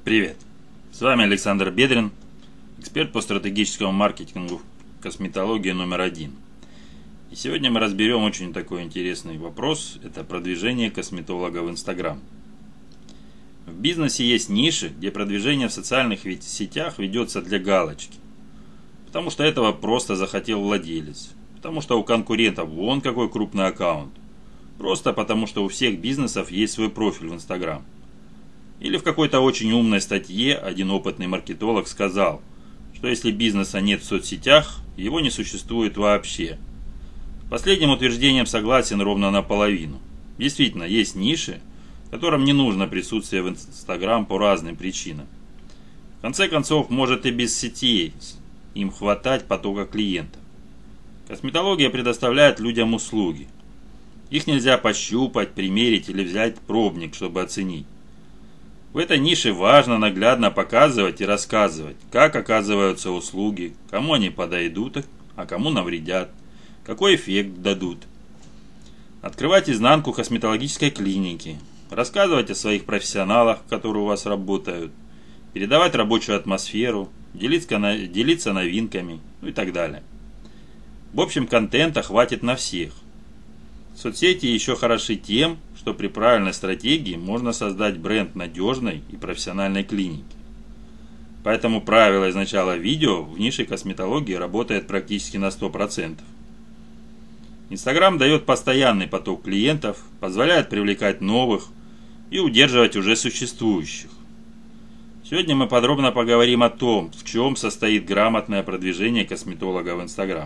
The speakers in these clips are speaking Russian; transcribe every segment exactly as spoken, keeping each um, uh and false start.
Привет! С вами Александр Бедрин, эксперт по стратегическому маркетингу косметологии номер один. И сегодня мы разберем очень такой интересный вопрос. Это продвижение косметолога в Instagram. В бизнесе есть ниши, где продвижение в социальных сетях ведется для галочки. Потому что этого просто захотел владелец. Потому что у конкурентов вон какой крупный аккаунт. Просто потому что у всех бизнесов есть свой профиль в Instagram. Или в какой-то очень умной статье один опытный маркетолог сказал, что если бизнеса нет в соцсетях, его не существует вообще. С последним утверждением согласен ровно наполовину. Действительно, есть ниши, которым не нужно присутствие в Instagram по разным причинам. В конце концов, может и без сетей им хватать потока клиентов. Косметология предоставляет людям услуги. Их нельзя пощупать, примерить или взять пробник, чтобы оценить. В этой нише важно наглядно показывать и рассказывать, как оказываются услуги, кому они подойдут, а кому навредят, какой эффект дадут. Открывать изнанку косметологической клиники, рассказывать о своих профессионалах, которые у вас работают, передавать рабочую атмосферу, делиться, делиться новинками, ну и так далее. В общем, контента хватит на всех. Соцсети еще хороши тем, что при правильной стратегии можно создать бренд надежной и профессиональной клиники. Поэтому правило из начала видео в нише косметологии работает практически на сто процентов. Instagram дает постоянный поток клиентов, позволяет привлекать новых и удерживать уже существующих. Сегодня мы подробно поговорим о том, в чем состоит грамотное продвижение косметолога в Instagram.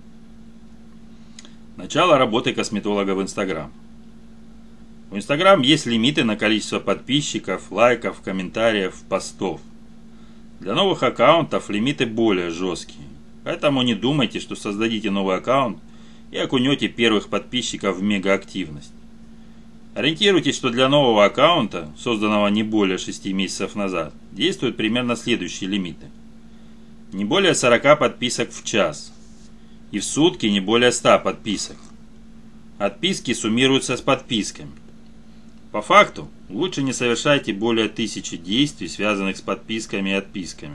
Начало работы косметолога в Instagram. В Instagram есть лимиты на количество подписчиков, лайков, комментариев, постов. Для новых аккаунтов лимиты более жесткие. Поэтому не думайте, что создадите новый аккаунт и окунете первых подписчиков в мегаактивность. Ориентируйтесь, что для нового аккаунта, созданного не более шести месяцев назад, действуют примерно следующие лимиты. Не более сорока подписок в час. И в сутки не более ста подписок. Отписки суммируются с подписками. По факту, лучше не совершайте более тысячи действий, связанных с подписками и отписками.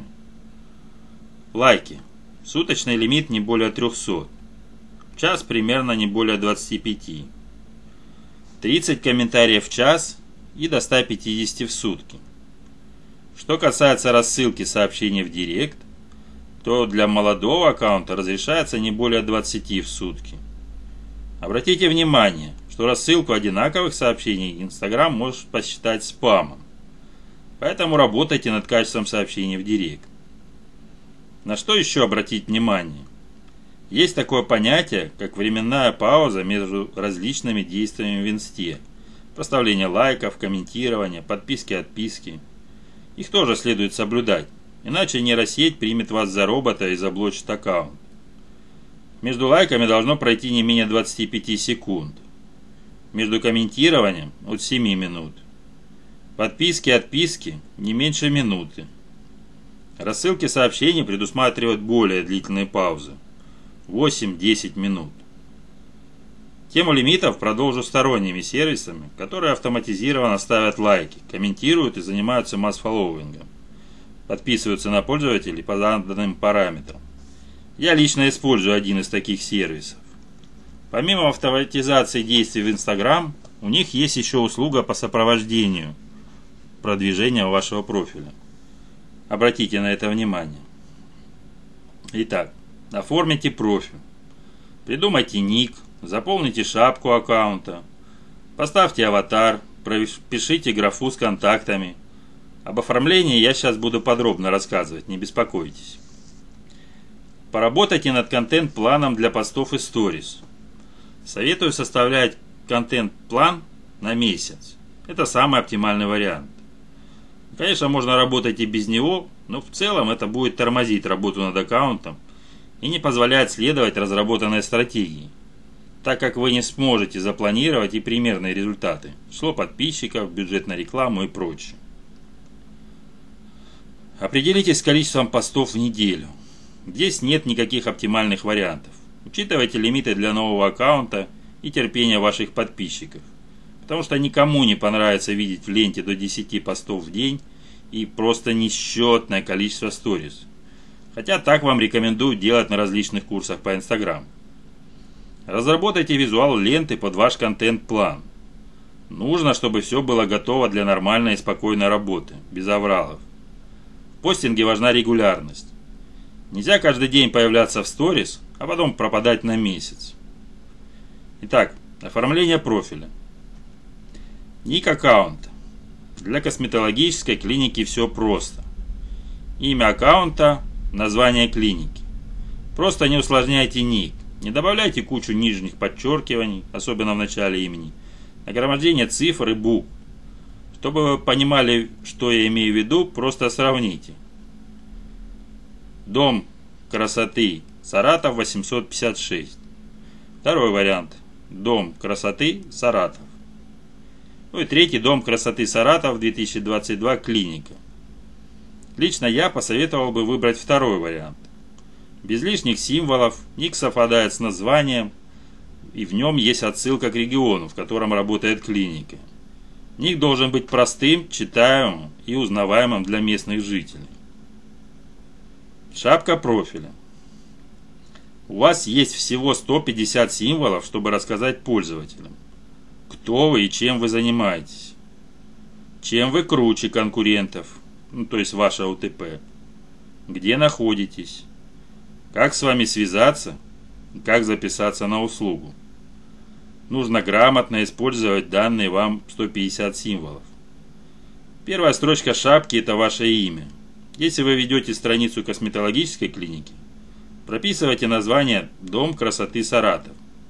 Лайки. Суточный лимит не более трехсот. В час примерно не более двадцати пяти. тридцать комментариев в час и до ста пятидесяти в сутки. Что касается рассылки сообщений в директ, то для молодого аккаунта разрешается не более двадцати в сутки. Обратите внимание, что рассылку одинаковых сообщений Instagram может посчитать спамом. Поэтому работайте над качеством сообщений в директ. На что еще обратить внимание? Есть такое понятие, как временная пауза между различными действиями в инсте. Проставление лайков, комментирование, подписки, отписки. Их тоже следует соблюдать. Иначе нейросеть примет вас за робота и заблочит аккаунт. Между лайками должно пройти не менее двадцати пяти секунд. Между комментированием от семи минут. Подписки и отписки не меньше минуты. Рассылки сообщений предусматривают более длительные паузы. восемь-десять минут. Тему лимитов продолжу сторонними сервисами, которые автоматизированно ставят лайки, комментируют и занимаются масс-фолловингом. Подписываются на пользователей по заданным параметрам. Я лично использую один из таких сервисов. Помимо автоматизации действий в Instagram, у них есть еще услуга по сопровождению продвижения вашего профиля. Обратите на это внимание. Итак, оформите профиль. Придумайте ник, заполните шапку аккаунта, поставьте аватар, пропишите графу с контактами. Об оформлении я сейчас буду подробно рассказывать, не беспокойтесь. Поработайте над контент-планом для постов и сторис. Советую составлять контент-план на месяц. Это самый оптимальный вариант. Конечно, можно работать и без него, но в целом это будет тормозить работу над аккаунтом и не позволяет следовать разработанной стратегии, так как вы не сможете запланировать и примерные результаты, число подписчиков, бюджет на рекламу и прочее. Определитесь с количеством постов в неделю. Здесь нет никаких оптимальных вариантов. Учитывайте лимиты для нового аккаунта и терпение ваших подписчиков. Потому что никому не понравится видеть в ленте до десяти постов в день и просто несчетное количество сторис. Хотя так вам рекомендуют делать на различных курсах по Instagram. Разработайте визуал ленты под ваш контент-план. Нужно, чтобы все было готово для нормальной и спокойной работы, без авралов. В постинге важна регулярность. Нельзя каждый день появляться в сторис, а потом пропадать на месяц. Итак, оформление профиля. Ник аккаунта. Для косметологической клиники все просто. Имя аккаунта, название клиники. Просто не усложняйте ник. Не добавляйте кучу нижних подчеркиваний, особенно в начале имени. Нагромождение цифр и букв. Чтобы вы понимали, что я имею в виду, просто сравните. Дом красоты Саратов восемьсот пятьдесят шесть. Второй вариант. Дом красоты Саратов. Ну и третий. Дом красоты Саратов две тысячи двадцать два клиника. Лично я посоветовал бы выбрать второй вариант. Без лишних символов, ник совпадает с названием, и в нем есть отсылка к региону, в котором работает клиника. Ник должен быть простым, читаемым и узнаваемым для местных жителей. Шапка профиля. У вас есть всего сто пятьдесят символов, чтобы рассказать пользователям, кто вы и чем вы занимаетесь. Чем вы круче конкурентов, ну, то есть ваше о тэ пэ. Где находитесь. Как с вами связаться, как записаться на услугу. Нужно грамотно использовать данные вам сто пятьдесят символов. Первая строчка шапки – это ваше имя. Если вы ведете страницу косметологической клиники, прописывайте название «Дом красоты Саратов».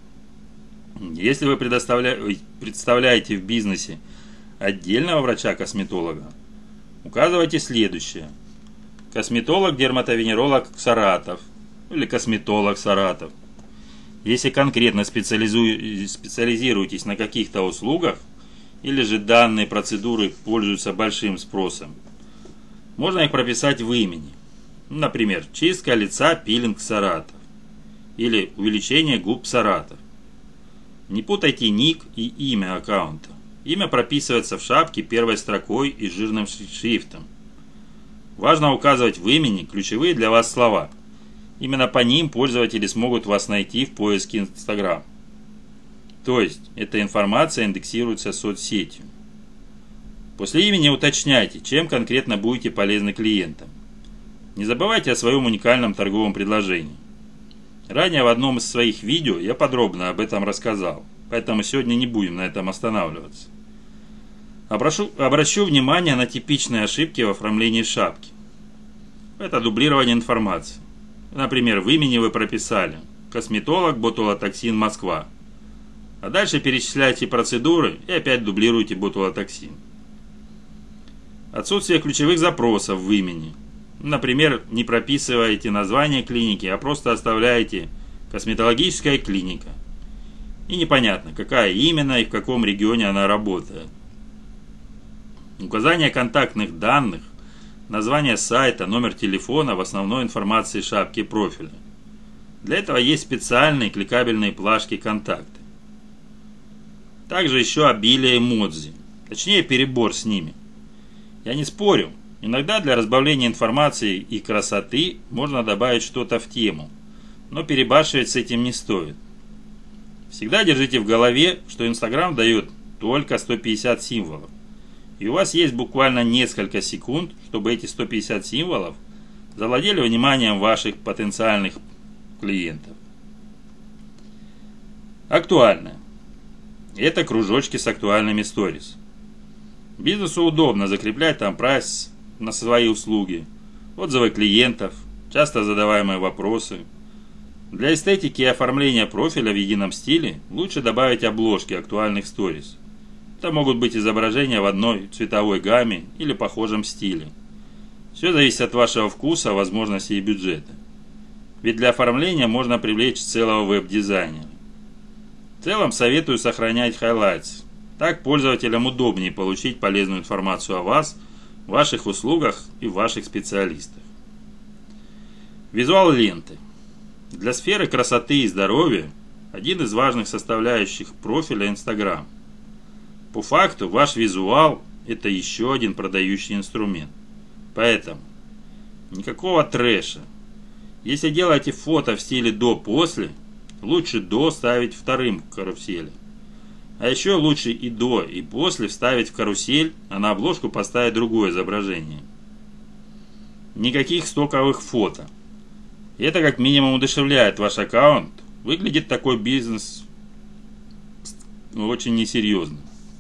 Если вы предоставля... представляете в бизнесе отдельного врача-косметолога, указывайте следующее. Косметолог-дерматовенеролог Саратов или косметолог Саратов. Если конкретно специализу... специализируетесь на каких-то услугах или же данные процедуры пользуются большим спросом, можно их прописать в имени. Например, чистка лица, пилинг Саратов или увеличение губ Саратов. Не путайте ник и имя аккаунта. Имя прописывается в шапке первой строкой и жирным шрифтом. Важно указывать в имени ключевые для вас слова. Именно по ним пользователи смогут вас найти в поиске Instagram. То есть, эта информация индексируется соцсетью. После имени уточняйте, чем конкретно будете полезны клиентам. Не забывайте о своем уникальном торговом предложении. Ранее в одном из своих видео я подробно об этом рассказал, поэтому сегодня не будем на этом останавливаться. Обращу, обращу внимание на типичные ошибки в оформлении шапки. Это дублирование информации. Например, в имени вы прописали «Косметолог, ботулотоксин, Москва». А дальше перечисляйте процедуры и опять дублируйте ботулотоксин. Отсутствие ключевых запросов в имени. Например, не прописываете название клиники, а просто оставляете «Косметологическая клиника». И непонятно, какая именно и в каком регионе она работает. Указание контактных данных, название сайта, номер телефона в основной информации шапки профиля. Для этого есть специальные кликабельные плашки «Контакты». Также еще обилие эмодзи, точнее перебор с ними. Я не спорю, иногда для разбавления информации и красоты можно добавить что-то в тему, но перебарщивать с этим не стоит. Всегда держите в голове, что Instagram дает только сто пятьдесят символов. И у вас есть буквально несколько секунд, чтобы эти сто пятьдесят символов завладели вниманием ваших потенциальных клиентов. Актуальное. Это кружочки с актуальными сторис. Бизнесу удобно закреплять там прайс на свои услуги, отзывы клиентов, часто задаваемые вопросы. Для эстетики и оформления профиля в едином стиле лучше добавить обложки актуальных сторис. Это могут быть изображения в одной цветовой гамме или похожем стиле. Все зависит от вашего вкуса, возможностей и бюджета. Ведь для оформления можно привлечь целого веб-дизайнера. В целом советую сохранять highlights. Так пользователям удобнее получить полезную информацию о вас, ваших услугах и ваших специалистах. Визуал ленты. Для сферы красоты и здоровья один из важных составляющих профиля Instagram. По факту ваш визуал – это еще один продающий инструмент. Поэтому никакого трэша. Если делаете фото в стиле до-после, лучше до ставить вторым в карусели. А еще лучше и до, и после вставить в карусель, а на обложку поставить другое изображение. Никаких стоковых фото. Это как минимум удешевляет ваш аккаунт. Выглядит такой бизнес очень несерьезно.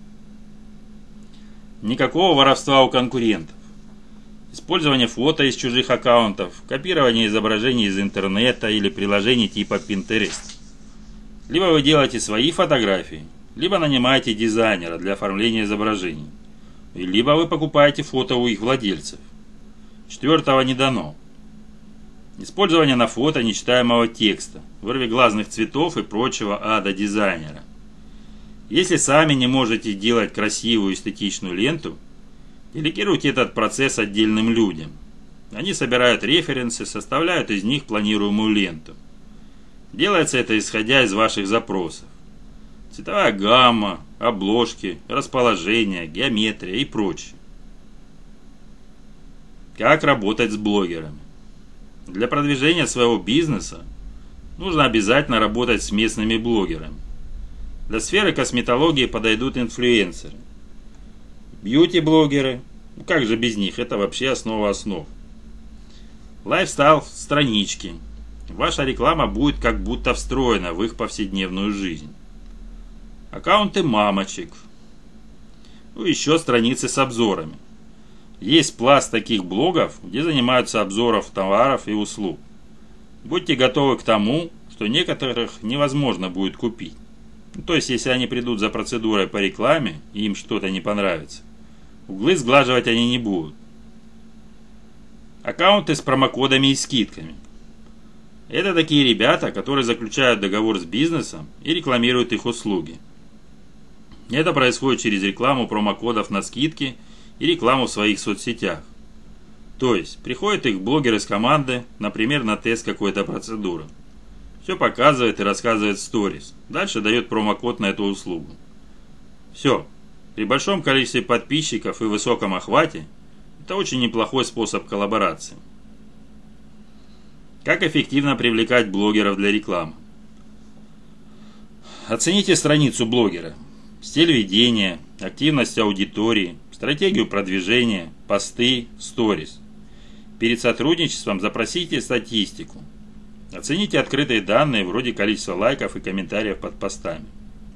Никакого воровства у конкурентов. Использование фото из чужих аккаунтов, копирование изображений из интернета или приложений типа Pinterest. Либо вы делаете свои фотографии, либо нанимаете дизайнера для оформления изображений, либо вы покупаете фото у их владельцев. Четвертого не дано. Использование на фото нечитаемого текста, вырвиглазных цветов и прочего ада дизайнера. Если сами не можете делать красивую эстетичную ленту, делегируйте этот процесс отдельным людям. Они собирают референсы, составляют из них планируемую ленту. Делается это исходя из ваших запросов. Цветовая гамма, обложки, расположение, геометрия и прочее. Как работать с блогерами? Для продвижения своего бизнеса нужно обязательно работать с местными блогерами. Для сферы косметологии подойдут инфлюенсеры. Бьюти-блогеры, ну как же без них, это вообще основа основ. Лайфстайл-странички. Ваша реклама будет как будто встроена в их повседневную жизнь. Аккаунты мамочек. Ну еще страницы с обзорами. Есть пласт таких блогов, где занимаются обзором товаров и услуг. Будьте готовы к тому, что некоторых невозможно будет купить. Ну, то есть, если они придут за процедурой по рекламе и им что-то не понравится, углы сглаживать они не будут. Аккаунты с промокодами и скидками. Это такие ребята, которые заключают договор с бизнесом и рекламируют их услуги. Это происходит через рекламу промокодов на скидки и рекламу в своих соцсетях. То есть, приходят их блогеры с команды, например, на тест какой-то процедуры. Все показывает и рассказывает в сторис. Дальше дает промокод на эту услугу. Все. При большом количестве подписчиков и высоком охвате это очень неплохой способ коллаборации. Как эффективно привлекать блогеров для рекламы? Оцените страницу блогера. Стиль ведения, активность аудитории, стратегию продвижения, посты, сторис. Перед сотрудничеством запросите статистику. Оцените открытые данные вроде количества лайков и комментариев под постами.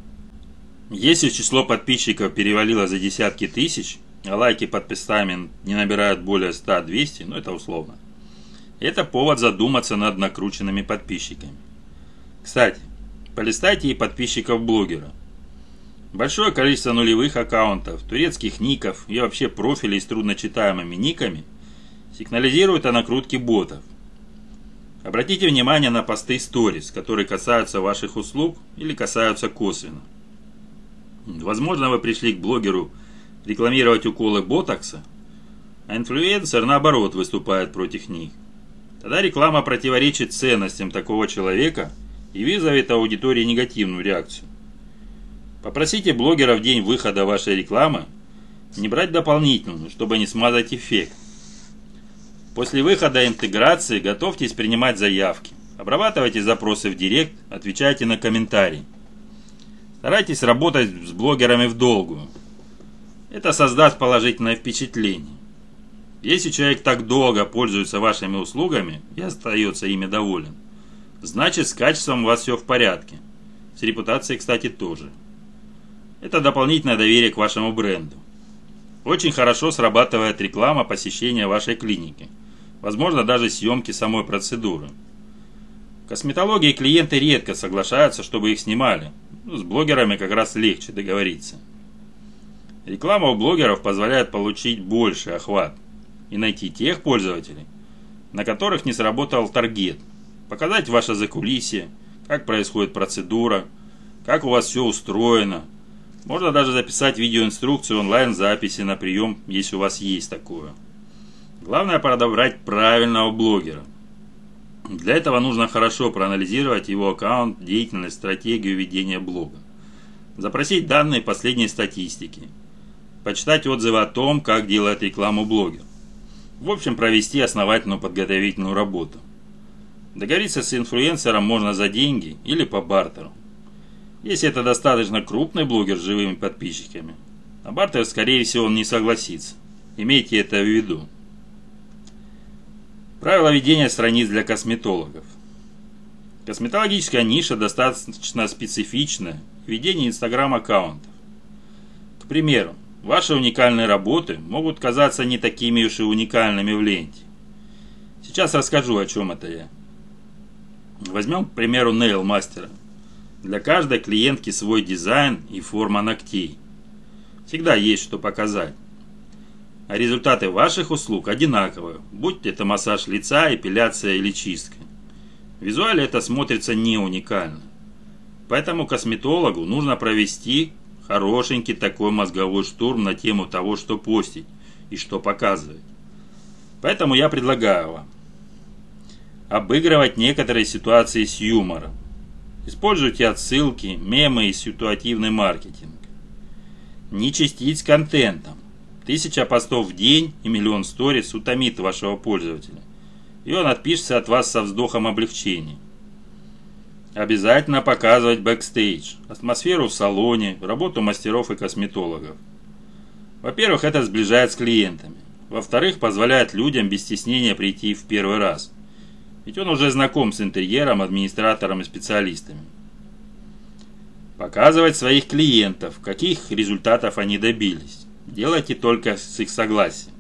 Если число подписчиков перевалило за десятки тысяч, а лайки под постами не набирают более ста-двухсот, ну это условно, это повод задуматься над накрученными подписчиками. Кстати, полистайте и подписчиков блогера. Большое количество нулевых аккаунтов, турецких ников и вообще профилей с трудночитаемыми никами сигнализируют о накрутке ботов. Обратите внимание на посты Stories, которые касаются ваших услуг или касаются косвенно. Возможно, вы пришли к блогеру рекламировать уколы ботокса, а инфлюенсер наоборот выступает против них. Тогда реклама противоречит ценностям такого человека и вызовет аудитории негативную реакцию. Попросите блогера в день выхода вашей рекламы не брать дополнительную, чтобы не смазать эффект. После выхода интеграции готовьтесь принимать заявки. Обрабатывайте запросы в директ, отвечайте на комментарии. Старайтесь работать с блогерами в долгую. Это создаст положительное впечатление. Если человек так долго пользуется вашими услугами и остается ими доволен, значит с качеством у вас все в порядке. С репутацией, кстати, тоже. Это дополнительное доверие к вашему бренду. Очень хорошо срабатывает реклама посещения вашей клиники. Возможно, даже съемки самой процедуры. В косметологии клиенты редко соглашаются, чтобы их снимали. Ну, с блогерами как раз легче договориться. Реклама у блогеров позволяет получить больший охват и найти тех пользователей, на которых не сработал таргет. Показать ваше закулисье, как происходит процедура, как у вас все устроено. Можно даже записать видеоинструкцию онлайн-записи на прием, если у вас есть такое. Главное подобрать правильного блогера. Для этого нужно хорошо проанализировать его аккаунт, деятельность, стратегию ведения блога. Запросить данные последней статистики. Почитать отзывы о том, как делает рекламу блогер. В общем, провести основательную подготовительную работу. Договориться с инфлюенсером можно за деньги или по бартеру. Если это достаточно крупный блогер с живыми подписчиками, на бартер, скорее всего, он не согласится. Имейте это в виду. Правила ведения страниц для косметологов. Косметологическая ниша достаточно специфичная в ведении инстаграм-аккаунтов. К примеру, ваши уникальные работы могут казаться не такими уж и уникальными в ленте. Сейчас расскажу, о чем это я. Возьмем, к примеру, нейл-мастера. Для каждой клиентки свой дизайн и форма ногтей. Всегда есть что показать. А результаты ваших услуг одинаковые, будь это массаж лица, эпиляция или чистка. Визуально это смотрится не уникально. Поэтому косметологу нужно провести хорошенький такой мозговой штурм на тему того, что постить и что показывать. Поэтому я предлагаю вам обыгрывать некоторые ситуации с юмором. Используйте отсылки, мемы и ситуативный маркетинг. Не чистить с контентом. Тысяча постов в день и миллион сторис утомит вашего пользователя, и он отпишется от вас со вздохом облегчения. Обязательно показывать бэкстейдж, атмосферу в салоне, работу мастеров и косметологов. Во-первых, это сближает с клиентами. Во-вторых, позволяет людям без стеснения прийти в первый раз. Ведь он уже знаком с интерьером, администратором и специалистами. Показывать своих клиентов, каких результатов они добились. Делайте только с их согласия.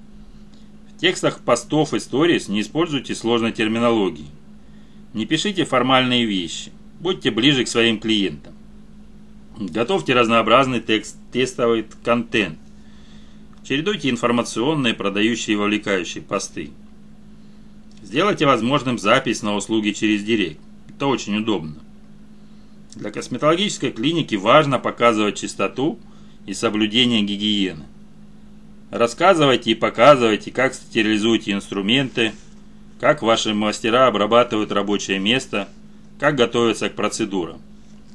В текстах постов и сторис не используйте сложной терминологии. Не пишите формальные вещи. Будьте ближе к своим клиентам. Готовьте разнообразный текст, тестовый контент. Чередуйте информационные, продающие и вовлекающие посты. Сделайте возможным запись на услуги через Директ. Это очень удобно. Для косметологической клиники важно показывать чистоту и соблюдение гигиены. Рассказывайте и показывайте, как стерилизуете инструменты, как ваши мастера обрабатывают рабочее место, как готовятся к процедурам.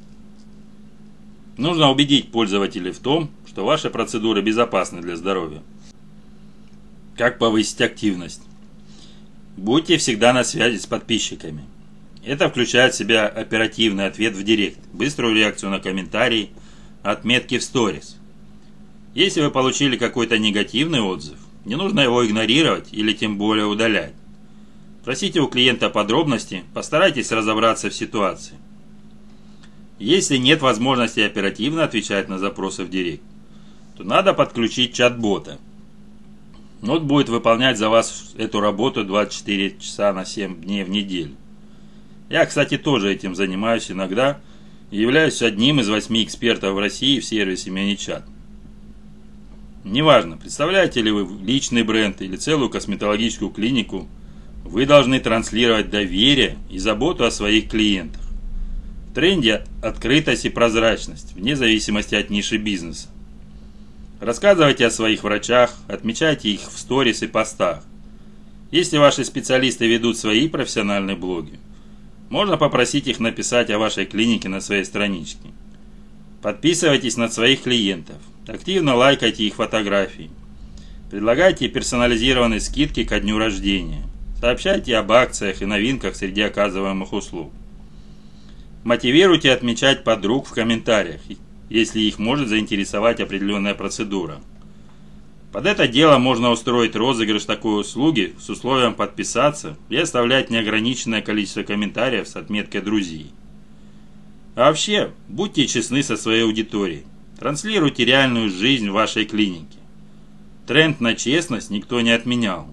Нужно убедить пользователей в том, что ваши процедуры безопасны для здоровья. Как повысить активность? Будьте всегда на связи с подписчиками. Это включает в себя оперативный ответ в Директ, быструю реакцию на комментарии, отметки в сторис. Если вы получили какой-то негативный отзыв, не нужно его игнорировать или тем более удалять. Просите у клиента подробности, постарайтесь разобраться в ситуации. Если нет возможности оперативно отвечать на запросы в Директ, то надо подключить чат-бота. Он будет выполнять за вас эту работу двадцать четыре часа на семь дней в неделю. Я, кстати, тоже этим занимаюсь иногда и являюсь одним из восьми экспертов в России в сервисе ManyChat. Неважно, представляете ли вы личный бренд или целую косметологическую клинику, вы должны транслировать доверие и заботу о своих клиентах. В тренде открытость и прозрачность, вне зависимости от ниши бизнеса. Рассказывайте о своих врачах, отмечайте их в сторис и постах. Если ваши специалисты ведут свои профессиональные блоги, можно попросить их написать о вашей клинике на своей страничке. Подписывайтесь на своих клиентов, активно лайкайте их фотографии. Предлагайте персонализированные скидки ко дню рождения. Сообщайте об акциях и новинках среди оказываемых услуг. Мотивируйте отмечать подруг в комментариях, если их может заинтересовать определенная процедура. Под это дело можно устроить розыгрыш такой услуги с условием подписаться и оставлять неограниченное количество комментариев с отметкой «Друзей». А вообще, будьте честны со своей аудиторией. Транслируйте реальную жизнь в вашей клинике. Тренд на честность никто не отменял.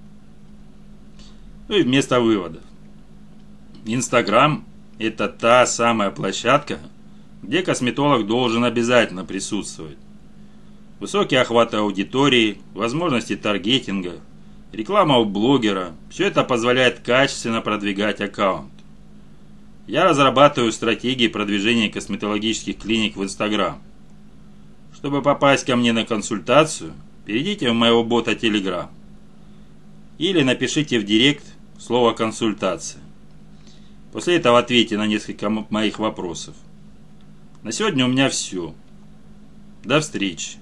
Ну и вместо выводов. Инстаграм – это та самая площадка, где косметолог должен обязательно присутствовать. Высокий охват аудитории, возможности таргетинга, реклама у блогера – все это позволяет качественно продвигать аккаунт. Я разрабатываю стратегии продвижения косметологических клиник в Instagram. Чтобы попасть ко мне на консультацию, перейдите в моего бота Telegram или напишите в Директ слово «консультация». После этого ответьте на несколько моих вопросов. На сегодня у меня все. До встречи.